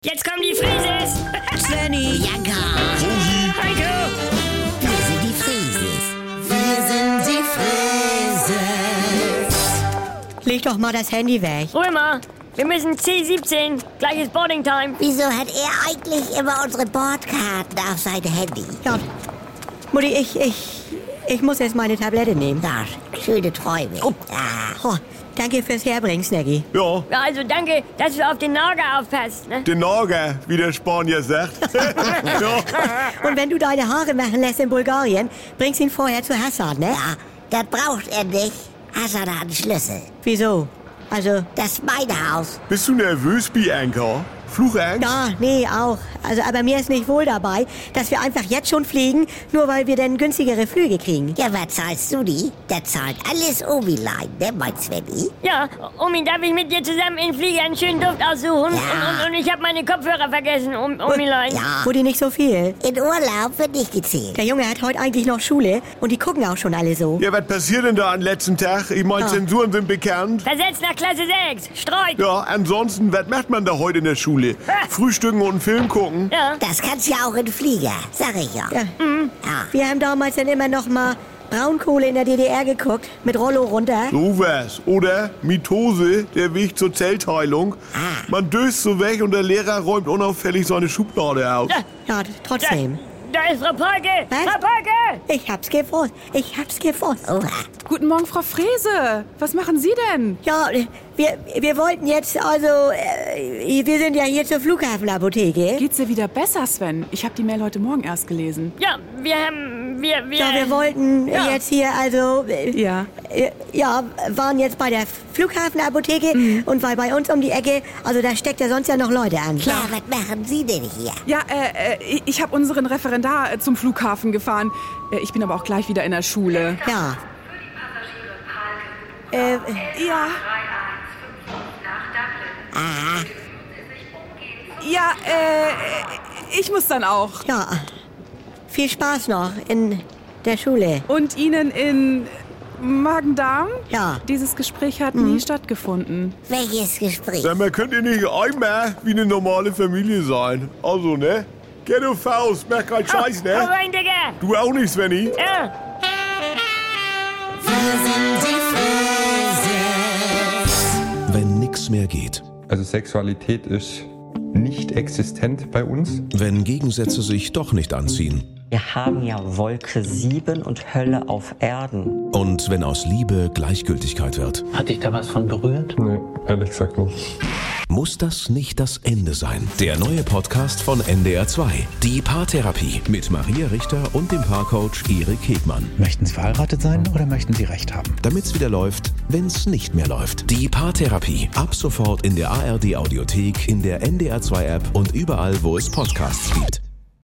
Jetzt kommen die Frieses! Svenny, Jagger, Heiko! wir sind die Frieses. Wir sind die Frieses. leg doch mal das Handy weg. Ruhe mal! Wir müssen C17, gleiches Boarding Time. Wieso hat er eigentlich immer unsere Bordkarten auf sein Handy? Ja, Mutti, ich muss jetzt meine Tablette nehmen. Na, schöne Träume. Oh, danke fürs Herbringen, Snaggy. Ja, Ja, also danke, dass du auf den Nager aufpasst. Ne? den Nager, wie der Spanier sagt. Ja. Und wenn du deine Haare machen lässt in Bulgarien, bringst ihn vorher zu Hassan, ne? Ja, das braucht er nicht. Hassan hat einen Schlüssel. Wieso? Also, Das ist mein Haus. Bist du nervös, Bianca? Fluchangst? ja, nee, auch. Also, aber mir ist nicht wohl dabei, dass wir einfach jetzt schon fliegen, nur weil wir dann günstigere Flüge kriegen. Ja, was zahlst du die? Der zahlt alles Omilein, ne, mein Svenny? Ja, Omi, darf ich mit dir zusammen in Flieger einen schönen Duft aussuchen? Ja. Und ich habe meine Kopfhörer vergessen, Omilein. Ja, Mutti, nicht so viel. in Urlaub wird nicht gezählt. Der Junge hat heute eigentlich noch Schule und die gucken auch schon alle so. Ja, was passiert denn da am letzten Tag? Ich meine, Ja. Zensuren sind bekannt. Versetzt nach Klasse 6. Streik. Ja, ansonsten, was macht man da heute in der Schule? Frühstücken und einen Film gucken? Ja. Das kannst ja auch in Flieger, sag ich ja. Ja. Ja. Wir haben damals dann immer noch mal Braunkohle in der DDR geguckt, mit Rollo runter. So was. Oder Mitose, der Weg zur Zellteilung. Man döst so weg und der Lehrer räumt unauffällig seine Schublade aus. Ja, trotzdem. Da ist Frau Polke. Was? Frau Polke! Ich hab's gewusst. Ich hab's gewusst. Oha. Guten Morgen, Frau Frese. Was machen Sie denn? Ja, wir wollten jetzt, also, wir sind ja hier zur Flughafenapotheke. Geht's dir wieder besser, Sven? Ich habe die Mail heute Morgen erst gelesen. Ja, wir wollten Ja. jetzt hier, also, Ja. ja, waren jetzt bei der Flughafenapotheke und weil bei uns um die Ecke, also da steckt ja sonst ja noch Leute an. Ja, was machen Sie denn hier? Ja, ich habe unseren Referendar zum Flughafen gefahren. Ich bin aber auch gleich wieder in der Schule. Ja. Ja. Ja, ich muss dann auch. Ja. Viel Spaß noch in der Schule. Und Ihnen in Magen-Darm? Ja. Dieses Gespräch hat nie stattgefunden. Welches Gespräch? Sag mal, könnt ihr nicht einmal wie eine normale Familie sein? Also, ne? Geh du Faust, mach keinen Scheiß, Hau ne? rein, Digga! Du auch nicht, Svenny? Ja. Wenn nix mehr geht. Also Sexualität ist nicht existent bei uns. Wenn Gegensätze sich doch nicht anziehen. Wir haben ja Wolke 7 und Hölle auf Erden. Und wenn aus Liebe Gleichgültigkeit wird. Hat dich da was von berührt? Nee, ehrlich gesagt nicht. Muss das nicht das Ende sein? Der neue Podcast von NDR 2. Die Paartherapie mit Maria Richter und dem Paarcoach Erik Hegmann. Möchten Sie verheiratet sein oder möchten Sie Recht haben? Damit's wieder läuft, wenn's nicht mehr läuft. Die Paartherapie. Ab sofort in der ARD Audiothek, in der NDR 2 App und überall, wo es Podcasts gibt.